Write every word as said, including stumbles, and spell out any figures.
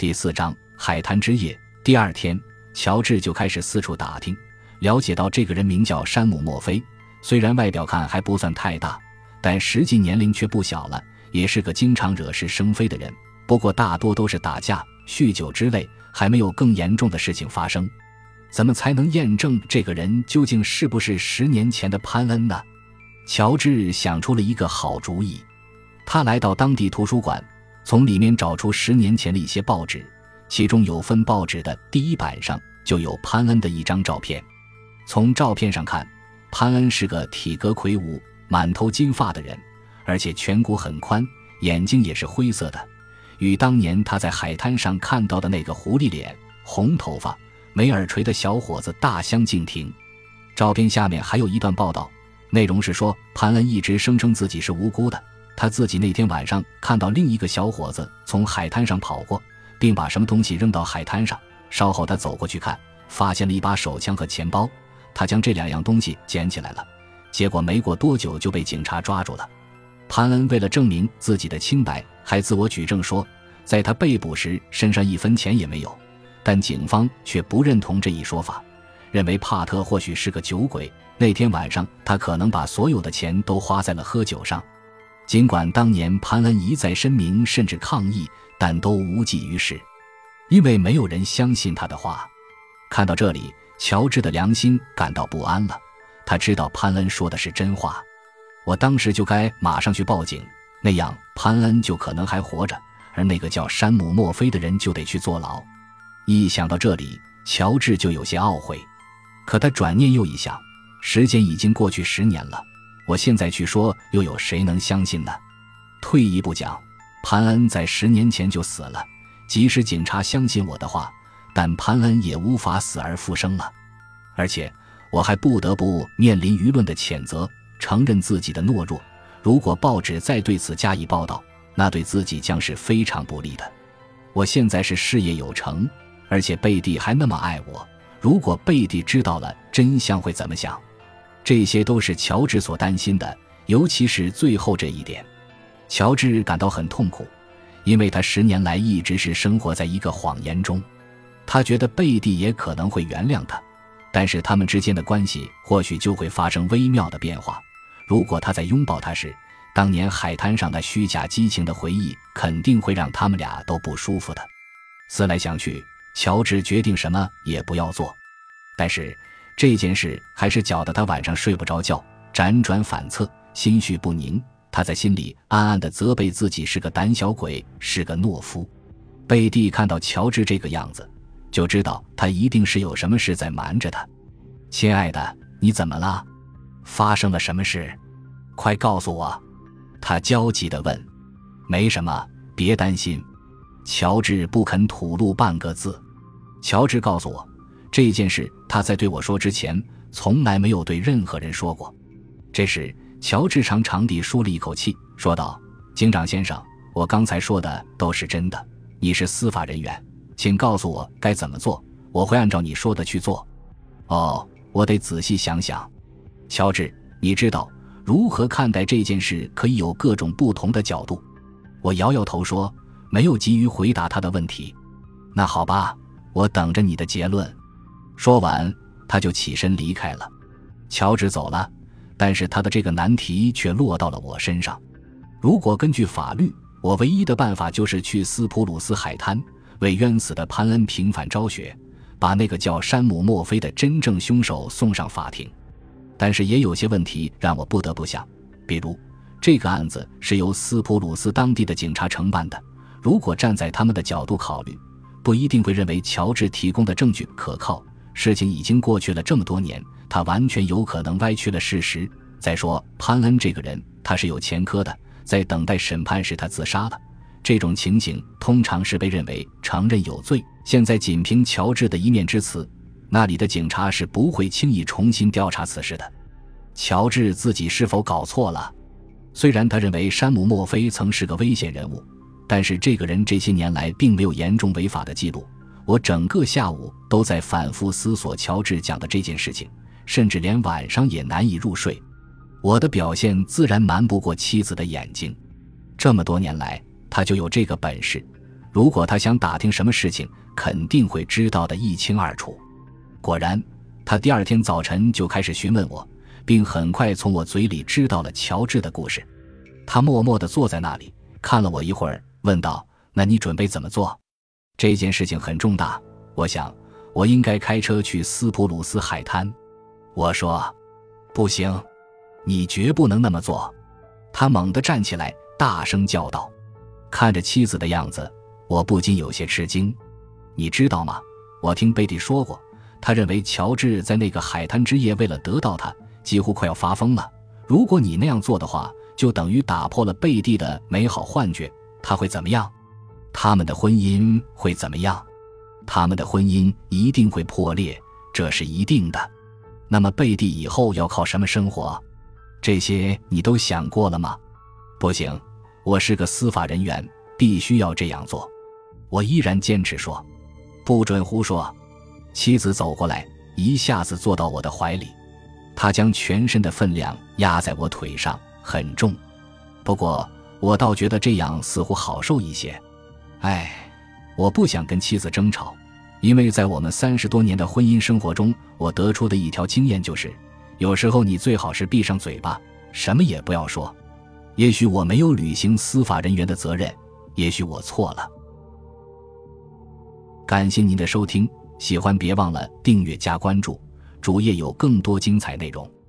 第四章海滩之夜。第二天，乔治就开始四处打听，了解到这个人名叫山姆·墨菲，虽然外表看还不算太大，但实际年龄却不小了，也是个经常惹是生非的人，不过大多都是打架、酗酒之类，还没有更严重的事情发生。怎么才能验证这个人究竟是不是十年前的潘恩呢？乔治想出了一个好主意，他来到当地图书馆，从里面找出十年前的一些报纸，其中有份报纸的第一版上就有潘恩的一张照片。从照片上看，潘恩是个体格魁梧、满头金发的人，而且颧骨很宽，眼睛也是灰色的，与当年他在海滩上看到的那个狐狸脸、红头发、没耳垂的小伙子大相径庭。照片下面还有一段报道，内容是说潘恩一直声称自己是无辜的，他自己那天晚上看到另一个小伙子从海滩上跑过，并把什么东西扔到海滩上，稍后他走过去看，发现了一把手枪和钱包，他将这两样东西捡起来了，结果没过多久就被警察抓住了。潘恩为了证明自己的清白，还自我举证说在他被捕时身上一分钱也没有，但警方却不认同这一说法，认为帕特或许是个酒鬼，那天晚上他可能把所有的钱都花在了喝酒上。尽管当年潘恩一再声明甚至抗议，但都无济于事，因为没有人相信他的话。看到这里，乔治的良心感到不安了，他知道潘恩说的是真话。我当时就该马上去报警，那样潘恩就可能还活着，而那个叫山姆·墨菲的人就得去坐牢。一想到这里，乔治就有些懊悔。可他转念又一想，时间已经过去十年了，我现在去说又有谁能相信呢？退一步讲，潘恩在十年前就死了，即使警察相信我的话，但潘恩也无法死而复生了。而且我还不得不面临舆论的谴责，承认自己的懦弱，如果报纸再对此加以报道，那对自己将是非常不利的。我现在是事业有成，而且贝蒂还那么爱我，如果贝蒂知道了真相会怎么想？这些都是乔治所担心的，尤其是最后这一点。乔治感到很痛苦，因为他十年来一直是生活在一个谎言中。他觉得贝蒂也可能会原谅他，但是他们之间的关系或许就会发生微妙的变化。如果他在拥抱他时，当年海滩上的虚假激情的回忆肯定会让他们俩都不舒服的。思来想去，乔治决定什么也不要做，但是这件事还是搅得他晚上睡不着觉，辗转反侧，心绪不宁。他在心里暗暗地责备自己是个胆小鬼，是个懦夫。贝蒂看到乔治这个样子，就知道他一定是有什么事在瞒着他。亲爱的，你怎么了？发生了什么事？快告诉我。他焦急地问。没什么，别担心。乔治不肯吐露半个字。乔治告诉我，这件事他在对我说之前从来没有对任何人说过。这时乔治长长地舒了一口气，说道，警长先生，我刚才说的都是真的，你是司法人员，请告诉我该怎么做，我会按照你说的去做。哦，我得仔细想想。乔治，你知道如何看待这件事可以有各种不同的角度。我摇摇头说，没有急于回答他的问题。那好吧，我等着你的结论。说完他就起身离开了。乔治走了，但是他的这个难题却落到了我身上。如果根据法律，我唯一的办法就是去斯普鲁斯海滩为冤死的潘恩平反昭雪，把那个叫山姆·墨菲的真正凶手送上法庭。但是也有些问题让我不得不想，比如这个案子是由斯普鲁斯当地的警察承办的，如果站在他们的角度考虑，不一定会认为乔治提供的证据可靠。事情已经过去了这么多年，他完全有可能歪曲了事实。再说潘恩这个人，他是有前科的，在等待审判时他自杀了，这种情形通常是被认为承认有罪。现在仅凭乔治的一面之词，那里的警察是不会轻易重新调查此事的。乔治自己是否搞错了？虽然他认为山姆·墨菲曾是个危险人物，但是这个人这些年来并没有严重违法的记录。我整个下午都在反复思索乔治讲的这件事情，甚至连晚上也难以入睡。我的表现自然瞒不过妻子的眼睛，这么多年来他就有这个本事。 如果他想打听什么事情，肯定会知道得一清二楚。果然，他第二天早晨就开始询问我，并很快从我嘴里知道了乔治的故事。他默默地坐在那里，看了我一会儿，问道：那你准备怎么做？这件事情很重大，我想我应该开车去斯普鲁斯海滩。我说：不行，你绝不能那么做。他猛地站起来，大声叫道。看着妻子的样子，我不禁有些吃惊。你知道吗？我听贝蒂说过，他认为乔治在那个海滩之夜为了得到他，几乎快要发疯了。如果你那样做的话，就等于打破了贝蒂的美好幻觉。他会怎么样？他们的婚姻会怎么样？他们的婚姻一定会破裂，这是一定的。那么贝蒂以后要靠什么生活？这些你都想过了吗？不行，我是个司法人员，必须要这样做。我依然坚持说，不准胡说。妻子走过来，一下子坐到我的怀里，她将全身的分量压在我腿上，很重。不过我倒觉得这样似乎好受一些。哎，我不想跟妻子争吵，因为在我们三十多年的婚姻生活中，我得出的一条经验就是，有时候你最好是闭上嘴巴，什么也不要说。也许我没有履行司法人员的责任，也许我错了。感谢您的收听，喜欢别忘了订阅加关注，主页有更多精彩内容。